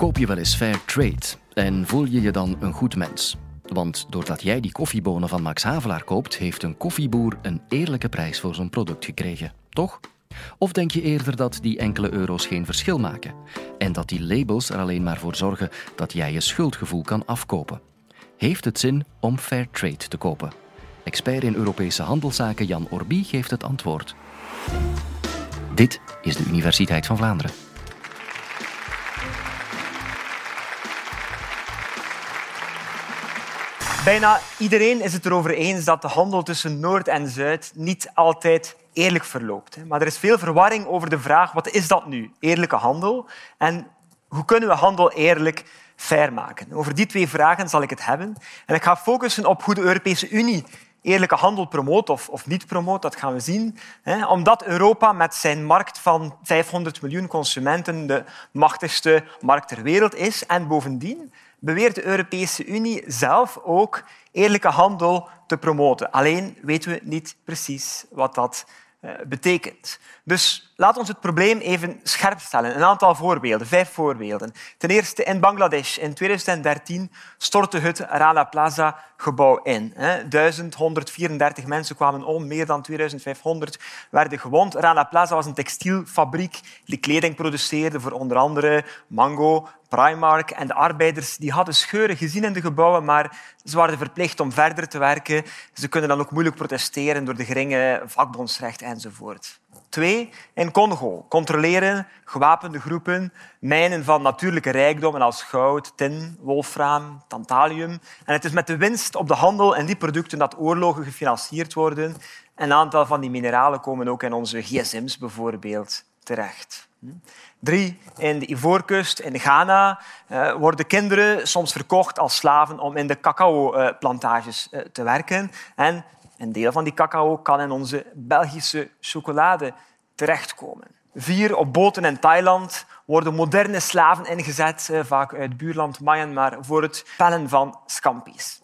Koop je wel eens fair trade en voel je je dan een goed mens? Want doordat jij die koffiebonen van Max Havelaar koopt, heeft een koffieboer een eerlijke prijs voor zijn product gekregen, toch? Of denk je eerder dat die enkele euro's geen verschil maken en dat die labels er alleen maar voor zorgen dat jij je schuldgevoel kan afkopen? Heeft het zin om fair trade te kopen? Expert in Europese handelszaken Jan Orby geeft het antwoord. Dit is de Universiteit van Vlaanderen. Bijna iedereen is het erover eens dat de handel tussen Noord en Zuid niet altijd eerlijk verloopt. Maar er is veel verwarring over de vraag, wat is dat nu, eerlijke handel? En hoe kunnen we handel eerlijk fair maken? Over die twee vragen zal ik het hebben. En ik ga focussen op hoe de Europese Unie eerlijke handel promoot of niet promoot, dat gaan we zien. Omdat Europa met zijn markt van 500 miljoen consumenten de machtigste markt ter wereld is. En bovendien beweert de Europese Unie zelf ook eerlijke handel te promoten. Alleen weten we niet precies wat dat betekent. Dus laat ons het probleem even scherp stellen. Een aantal voorbeelden, 5 voorbeelden. Ten eerste, in Bangladesh in 2013 stortte het Rana Plaza-gebouw in. 1134 mensen kwamen om, meer dan 2500 werden gewond. Rana Plaza was een textielfabriek die kleding produceerde voor onder andere Mango, Primark. En de arbeiders die hadden scheuren gezien in de gebouwen, maar ze waren verplicht om verder te werken. Ze kunnen dan ook moeilijk protesteren door de geringe vakbondsrecht enzovoort. 2. In Congo controleren gewapende groepen mijnen van natuurlijke rijkdommen als goud, tin, wolfraam, tantalium. En het is met de winst op de handel en die producten dat oorlogen gefinancierd worden. Een aantal van die mineralen komen ook in onze gsm's bijvoorbeeld terecht. 3. In de Ivoorkust, in Ghana, worden kinderen soms verkocht als slaven om in de cacao-plantages te werken. En een deel van die cacao kan in onze Belgische chocolade terechtkomen. 4. Op boten in Thailand worden moderne slaven ingezet, vaak uit buurland Myanmar, voor het pellen van scampi's.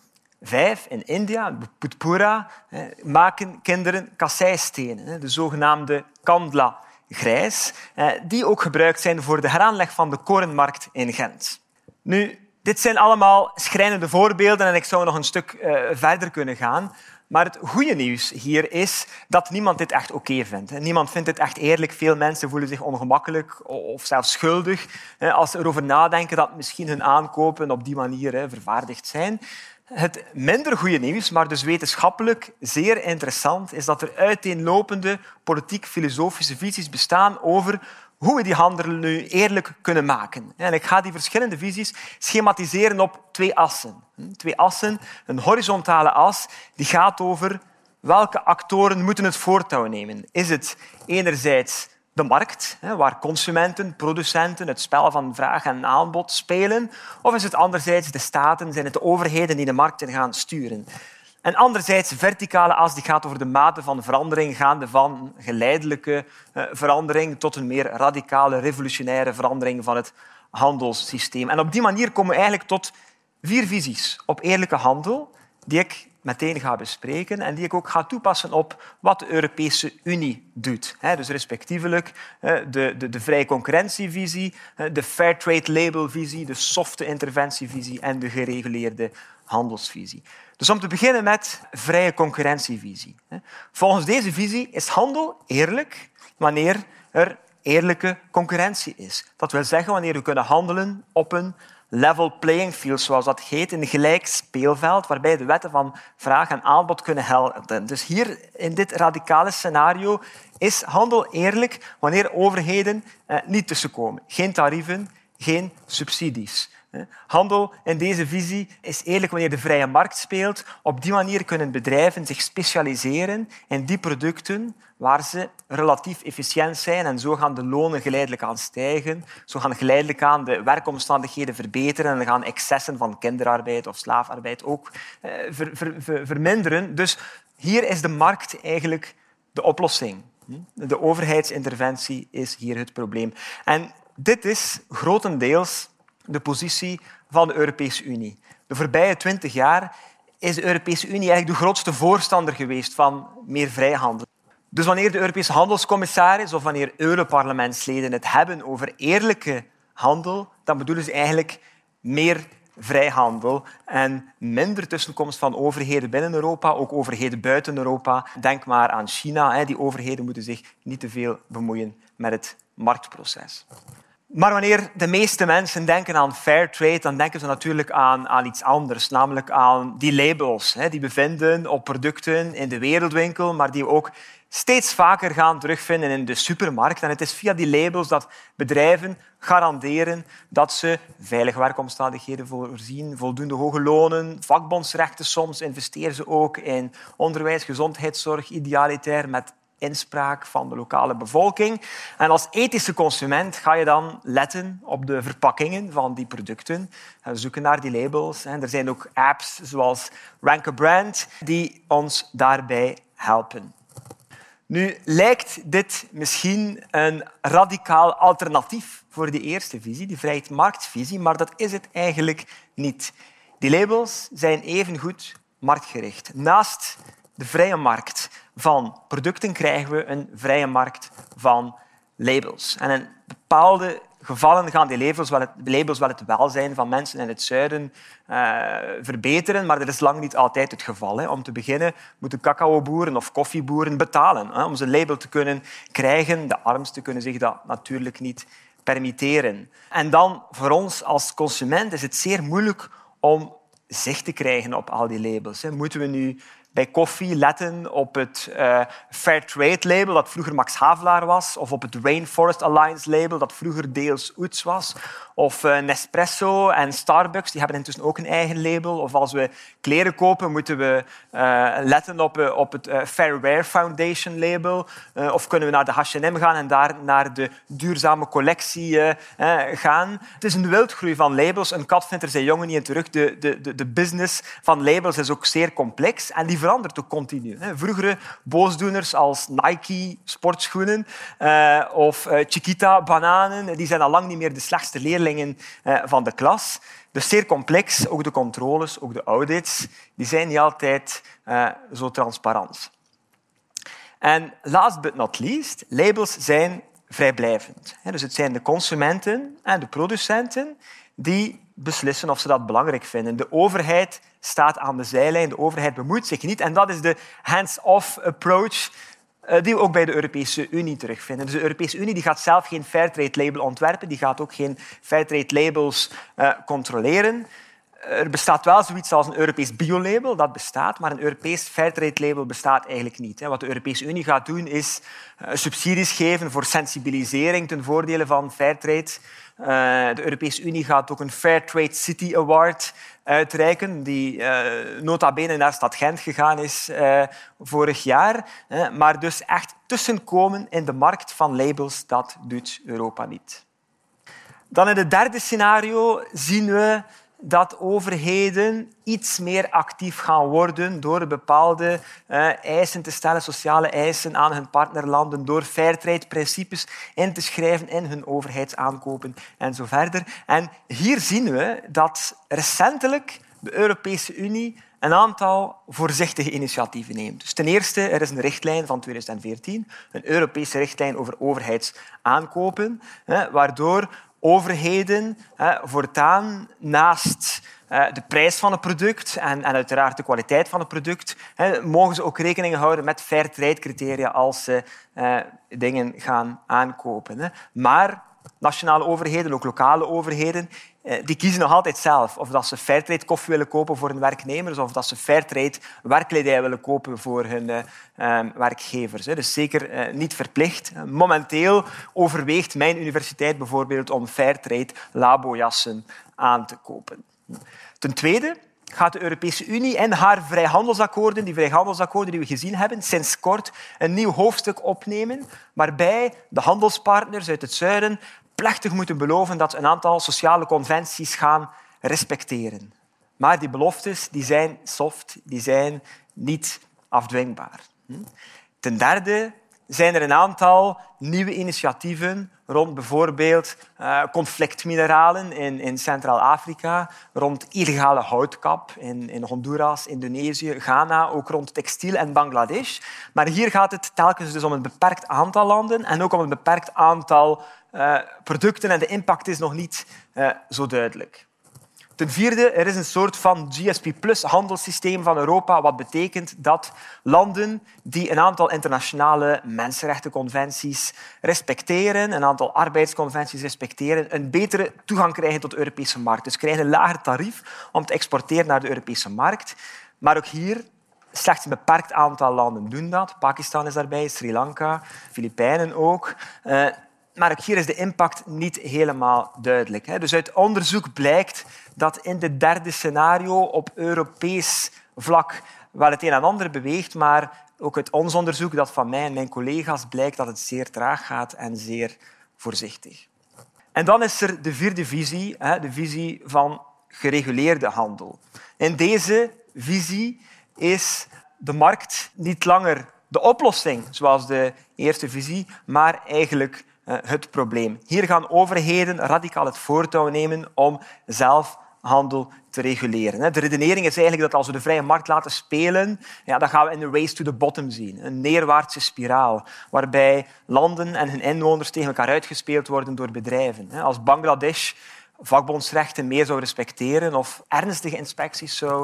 5. In India, Bhutpura, maken kinderen kasseistenen, de zogenaamde kandla grijs, die ook gebruikt zijn voor de heraanleg van de korenmarkt in Gent. Nu, dit zijn allemaal schrijnende voorbeelden en ik zou nog een stuk verder kunnen gaan. Maar het goede nieuws hier is dat niemand dit echt oké vindt. Niemand vindt dit echt eerlijk. Veel mensen voelen zich ongemakkelijk of zelfs schuldig als ze erover nadenken dat misschien hun aankopen op die manier vervaardigd zijn. Het minder goede nieuws, maar dus wetenschappelijk zeer interessant, is dat er uiteenlopende politiek-filosofische visies bestaan over hoe we die handel nu eerlijk kunnen maken. En ik ga die verschillende visies schematiseren op 2 assen. 2 assen, een horizontale as, die gaat over welke actoren moeten het voortouw nemen. Is het enerzijds de markt, waar consumenten, producenten het spel van vraag en aanbod spelen, of is het anderzijds de staten, zijn het de overheden die de markten gaan sturen? En anderzijds de verticale as, die gaat over de mate van verandering, gaande van geleidelijke verandering tot een meer radicale, revolutionaire verandering van het handelssysteem. En op die manier komen we eigenlijk tot 4 visies op eerlijke handel, die ik meteen ga bespreken en die ik ook ga toepassen op wat de Europese Unie doet. Dus respectievelijk de vrije concurrentievisie, de fair trade labelvisie, de softe interventievisie en de gereguleerde handelsvisie. Dus om te beginnen met vrije concurrentievisie. Volgens deze visie is handel eerlijk wanneer er eerlijke concurrentie is. Dat wil zeggen wanneer we kunnen handelen op een level playing field, zoals dat heet, een gelijk speelveld, waarbij de wetten van vraag en aanbod kunnen gelden. Dus hier in dit radicale scenario is handel eerlijk wanneer overheden niet tussenkomen. Geen tarieven, geen subsidies. Handel in deze visie is eerlijk wanneer de vrije markt speelt. Op die manier kunnen bedrijven zich specialiseren in die producten waar ze relatief efficiënt zijn en zo gaan de lonen geleidelijk aan stijgen. Zo gaan geleidelijk aan de werkomstandigheden verbeteren en dan gaan excessen van kinderarbeid of slaafarbeid ook verminderen. Dus hier is de markt eigenlijk de oplossing. De overheidsinterventie is hier het probleem. En dit is grotendeels de positie van de Europese Unie. De voorbije 20 jaar is de Europese Unie eigenlijk de grootste voorstander geweest van meer vrijhandel. Dus wanneer de Europese handelscommissaris of wanneer Europarlementsleden het hebben over eerlijke handel, dan bedoelen ze eigenlijk meer vrijhandel en minder tussenkomst van overheden binnen Europa, ook overheden buiten Europa. Denk maar aan China. Die overheden moeten zich niet te veel bemoeien met het marktproces. Maar wanneer de meeste mensen denken aan fair trade, dan denken ze natuurlijk aan iets anders, namelijk aan die labels die we vinden op producten in de wereldwinkel, maar die we ook steeds vaker gaan terugvinden in de supermarkt. En het is via die labels dat bedrijven garanderen dat ze veilige werkomstandigheden voorzien, voldoende hoge lonen, vakbondsrechten soms, investeren ze ook in onderwijs, gezondheidszorg, idealitair met inspraak van de lokale bevolking. En als ethische consument ga je dan letten op de verpakkingen van die producten. We zoeken naar die labels. Er zijn ook apps zoals Rank a Brand die ons daarbij helpen. Nu lijkt dit misschien een radicaal alternatief voor die eerste visie, die vrijheidsmarktvisie, maar dat is het eigenlijk niet. Die labels zijn evengoed marktgericht. Naast de vrije markt van producten krijgen we een vrije markt van labels. En in bepaalde gevallen gaan die labels wel het welzijn van mensen in het zuiden verbeteren, maar dat is lang niet altijd het geval. Om te beginnen moeten cacaoboeren of koffieboeren betalen om zijn label te kunnen krijgen. De armsten kunnen zich dat natuurlijk niet permitteren. En dan voor ons als consument is het zeer moeilijk om zicht te krijgen op al die labels. Moeten we nu bij koffie letten op het Fairtrade label, dat vroeger Max Havelaar was, of op het Rainforest Alliance label, dat vroeger Deels Oets was, of Nespresso en Starbucks, die hebben intussen ook een eigen label. Of als we kleren kopen, moeten we letten op het Fair Wear Foundation label. Of kunnen we naar de H&M gaan en daar naar de duurzame collectie gaan. Het is een wildgroei van labels. Een kat vindt er zijn jongen niet in terug. De business van labels is ook zeer complex en die verandert ook continu. Vroegere boosdoeners als Nike sportschoenen of Chiquita bananen, die zijn al lang niet meer de slechtste leerlingen van de klas. Dus zeer complex. Ook de controles, ook de audits, die zijn niet altijd zo transparant. En last but not least, labels zijn vrijblijvend. Dus het zijn de consumenten en de producenten die beslissen of ze dat belangrijk vinden. De overheid staat aan de zijlijn, de overheid bemoeit zich niet. En dat is de hands-off approach die we ook bij de Europese Unie terugvinden. Dus de Europese Unie die gaat zelf geen Fairtrade-label ontwerpen, die gaat ook geen Fairtrade-labels controleren. Er bestaat wel zoiets als een Europees biolabel, dat bestaat, maar een Europees Fairtrade-label bestaat eigenlijk niet. Wat de Europese Unie gaat doen, is subsidies geven voor sensibilisering ten voordele van Fairtrade. De Europese Unie gaat ook een Fairtrade City Award uitreiken, die nota bene naar Stad Gent gegaan is vorig jaar. Maar dus echt tussenkomen in de markt van labels, dat doet Europa niet. Dan in het derde scenario zien we dat overheden iets meer actief gaan worden door bepaalde eisen te stellen, sociale eisen aan hun partnerlanden, door Fairtrade-principes in te schrijven in hun overheidsaankopen en zo verder. En hier zien we dat recentelijk de Europese Unie een aantal voorzichtige initiatieven neemt. Dus ten eerste, er is een richtlijn van 2014, een Europese richtlijn over overheidsaankopen, waardoor overheden voortaan naast de prijs van het product en uiteraard de kwaliteit van het product, mogen ze ook rekening houden met Fairtrade-criteria als ze dingen gaan aankopen. Maar nationale overheden, ook lokale overheden, die kiezen nog altijd zelf of dat ze Fairtrade koffie willen kopen voor hun werknemers of dat ze Fairtrade werkkledij willen kopen voor hun werkgevers. Dus zeker niet verplicht. Momenteel overweegt mijn universiteit bijvoorbeeld om Fairtrade labojassen aan te kopen. Ten tweede gaat de Europese Unie in haar vrijhandelsakkoorden, die vrijhandelsakkoorden die we gezien hebben, sinds kort een nieuw hoofdstuk opnemen waarbij de handelspartners uit het zuiden plechtig moeten beloven dat ze een aantal sociale conventies gaan respecteren. Maar die beloftes die zijn soft, die zijn niet afdwingbaar. Ten derde zijn er een aantal nieuwe initiatieven rond bijvoorbeeld conflictmineralen in Centraal-Afrika, rond illegale houtkap in Honduras, Indonesië, Ghana, ook rond textiel en Bangladesh. Maar hier gaat het telkens dus om een beperkt aantal landen en ook om een beperkt aantal producten en de impact is nog niet zo duidelijk. Ten vierde, er is een soort van GSP-handelssysteem van Europa, wat betekent dat landen die een aantal internationale mensenrechtenconventies respecteren, een aantal arbeidsconventies respecteren, een betere toegang krijgen tot de Europese markt. Dus krijgen een lager tarief om te exporteren naar de Europese markt. Maar ook hier, slechts een beperkt aantal landen doen dat. Pakistan is daarbij, Sri Lanka, Filipijnen ook. Maar ook hier is de impact niet helemaal duidelijk. Dus uit onderzoek blijkt dat in het derde scenario op Europees vlak wel het een en ander beweegt, maar ook uit ons onderzoek, dat van mij en mijn collega's, blijkt dat het zeer traag gaat en zeer voorzichtig. En dan is er de vierde visie, de visie van gereguleerde handel. In deze visie is de markt niet langer de oplossing, zoals de eerste visie, maar eigenlijk het probleem. Hier gaan overheden radicaal het voortouw nemen om zelf handel te reguleren. De redenering is eigenlijk dat als we de vrije markt laten spelen, dan gaan we in een race to the bottom zien. Een neerwaartse spiraal, waarbij landen en hun inwoners tegen elkaar uitgespeeld worden door bedrijven. Als Bangladesh vakbondsrechten meer zou respecteren of ernstige inspecties zou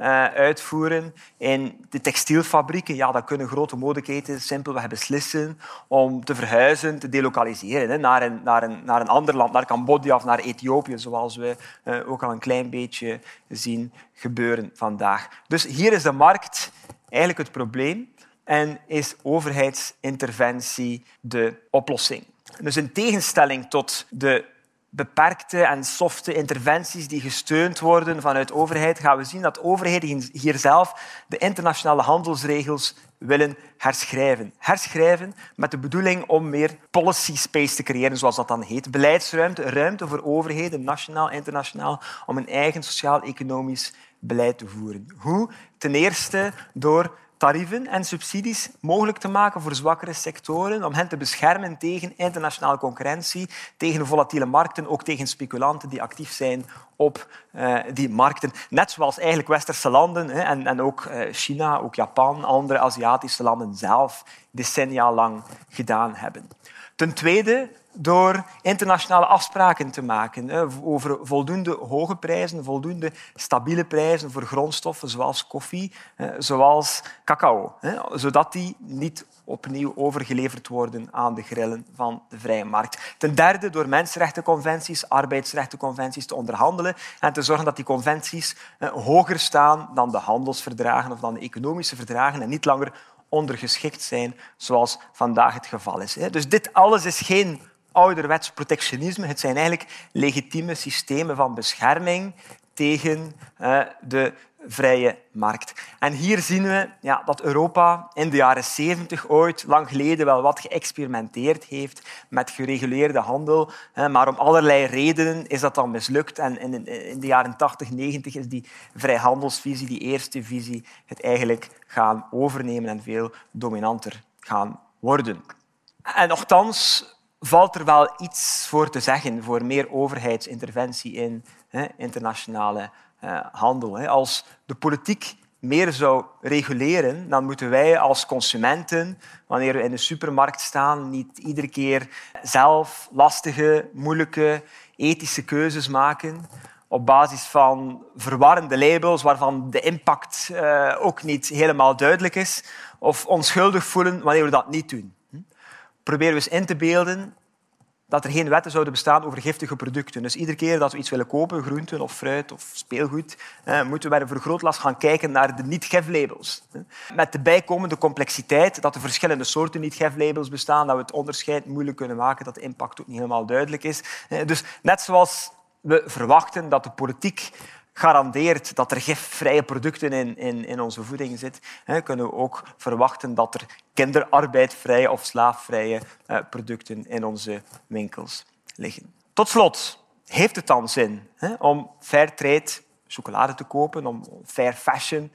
uitvoeren in de textielfabrieken, dan kunnen grote modeketens simpelweg beslissen om te verhuizen, te delokaliseren naar een ander land, naar Cambodja of naar Ethiopië, zoals we ook al een klein beetje zien gebeuren vandaag. Dus hier is de markt eigenlijk het probleem en is overheidsinterventie de oplossing. Dus in tegenstelling tot de beperkte en softe interventies die gesteund worden vanuit de overheid, gaan we zien dat overheden hier zelf de internationale handelsregels willen herschrijven. Herschrijven met de bedoeling om meer policy space te creëren, zoals dat dan heet. Beleidsruimte, ruimte voor overheden, nationaal, internationaal, om een eigen sociaal-economisch beleid te voeren. Hoe? Ten eerste door tarieven en subsidies mogelijk te maken voor zwakkere sectoren, om hen te beschermen tegen internationale concurrentie, tegen volatiele markten, ook tegen speculanten die actief zijn op die markten. Net zoals eigenlijk westerse landen en ook China, ook Japan, andere Aziatische landen zelf decennia lang gedaan hebben. Ten tweede, door internationale afspraken te maken over voldoende hoge prijzen, voldoende stabiele prijzen voor grondstoffen zoals koffie, zoals cacao, zodat die niet opnieuw overgeleverd worden aan de grillen van de vrije markt. Ten derde, door mensenrechtenconventies, arbeidsrechtenconventies te onderhandelen en te zorgen dat die conventies hoger staan dan de handelsverdragen of dan de economische verdragen en niet langer ondergeschikt zijn, zoals vandaag het geval is. Dus dit alles is geen ouderwets protectionisme. Het zijn eigenlijk legitieme systemen van bescherming tegen de vrije markt. En hier zien we dat Europa in de jaren 70 ooit, lang geleden, wel wat geëxperimenteerd heeft met gereguleerde handel. Maar om allerlei redenen is dat dan mislukt. En in de jaren 80, 90 is die vrijhandelsvisie, die eerste visie, het eigenlijk gaan overnemen en veel dominanter gaan worden. En nochtans valt er wel iets voor te zeggen voor meer overheidsinterventie in internationale handel. Als de politiek meer zou reguleren, dan moeten wij als consumenten, wanneer we in de supermarkt staan, niet iedere keer zelf lastige, moeilijke, ethische keuzes maken op basis van verwarrende labels waarvan de impact ook niet helemaal duidelijk is, of onschuldig voelen wanneer we dat niet doen. Proberen we eens in te beelden dat er geen wetten zouden bestaan over giftige producten. Dus iedere keer dat we iets willen kopen, groenten of fruit of speelgoed, moeten we bij een vergrootglas gaan kijken naar de niet-giflabels. Met de bijkomende complexiteit dat er verschillende soorten niet-giflabels bestaan, dat we het onderscheid moeilijk kunnen maken, dat de impact ook niet helemaal duidelijk is. Dus net zoals we verwachten dat de politiek garandeert dat er gifvrije producten in onze voeding zitten, kunnen we ook verwachten dat er kinderarbeidvrije of slaafvrije producten in onze winkels liggen. Tot slot, heeft het dan zin om fair trade chocolade te kopen, om fair fashion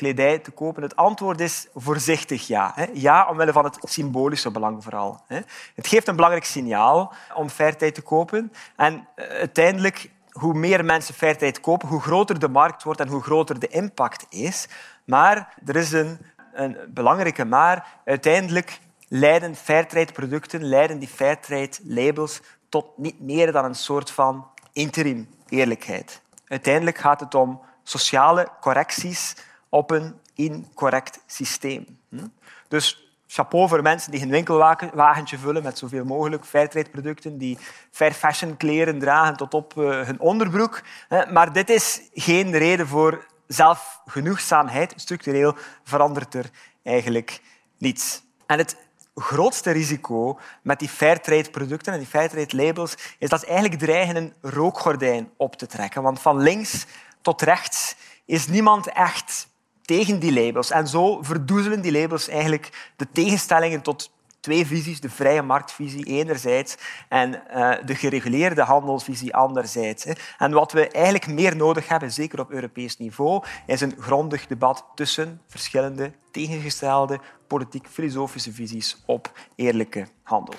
kledij te kopen? Het antwoord is voorzichtig ja. Ja, omwille van het symbolische belang vooral. Het geeft een belangrijk signaal om Fairtrade te kopen. En uiteindelijk, hoe meer mensen Fairtrade kopen, hoe groter de markt wordt en hoe groter de impact is. Maar er is een belangrijke maar. Uiteindelijk leiden Fairtrade-producten, leiden die Fairtrade-labels tot niet meer dan een soort van interim eerlijkheid. Uiteindelijk gaat het om sociale correcties op een incorrect systeem. Dus chapeau voor mensen die hun winkelwagentje vullen met zoveel mogelijk Fairtrade-producten, die fair fashion kleren dragen tot op hun onderbroek. Maar dit is geen reden voor zelfgenoegzaamheid. Structureel verandert er eigenlijk niets. En het grootste risico met die Fairtrade-producten en die Fairtrade-labels is dat ze eigenlijk dreigen een rookgordijn op te trekken. Want van links tot rechts is niemand echt tegen die labels. En zo verdoezelen die labels eigenlijk de tegenstellingen tot twee visies. De vrije marktvisie enerzijds en de gereguleerde handelsvisie anderzijds. En wat we eigenlijk meer nodig hebben, zeker op Europees niveau, is een grondig debat tussen verschillende tegengestelde politiek-filosofische visies op eerlijke handel.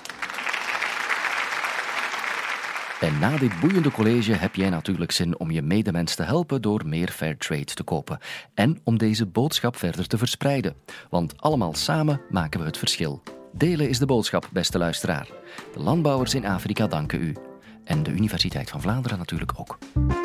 En na dit boeiende college heb jij natuurlijk zin om je medemens te helpen door meer Fairtrade te kopen. En om deze boodschap verder te verspreiden. Want allemaal samen maken we het verschil. Delen is de boodschap, beste luisteraar. De landbouwers in Afrika danken u. En de Universiteit van Vlaanderen natuurlijk ook.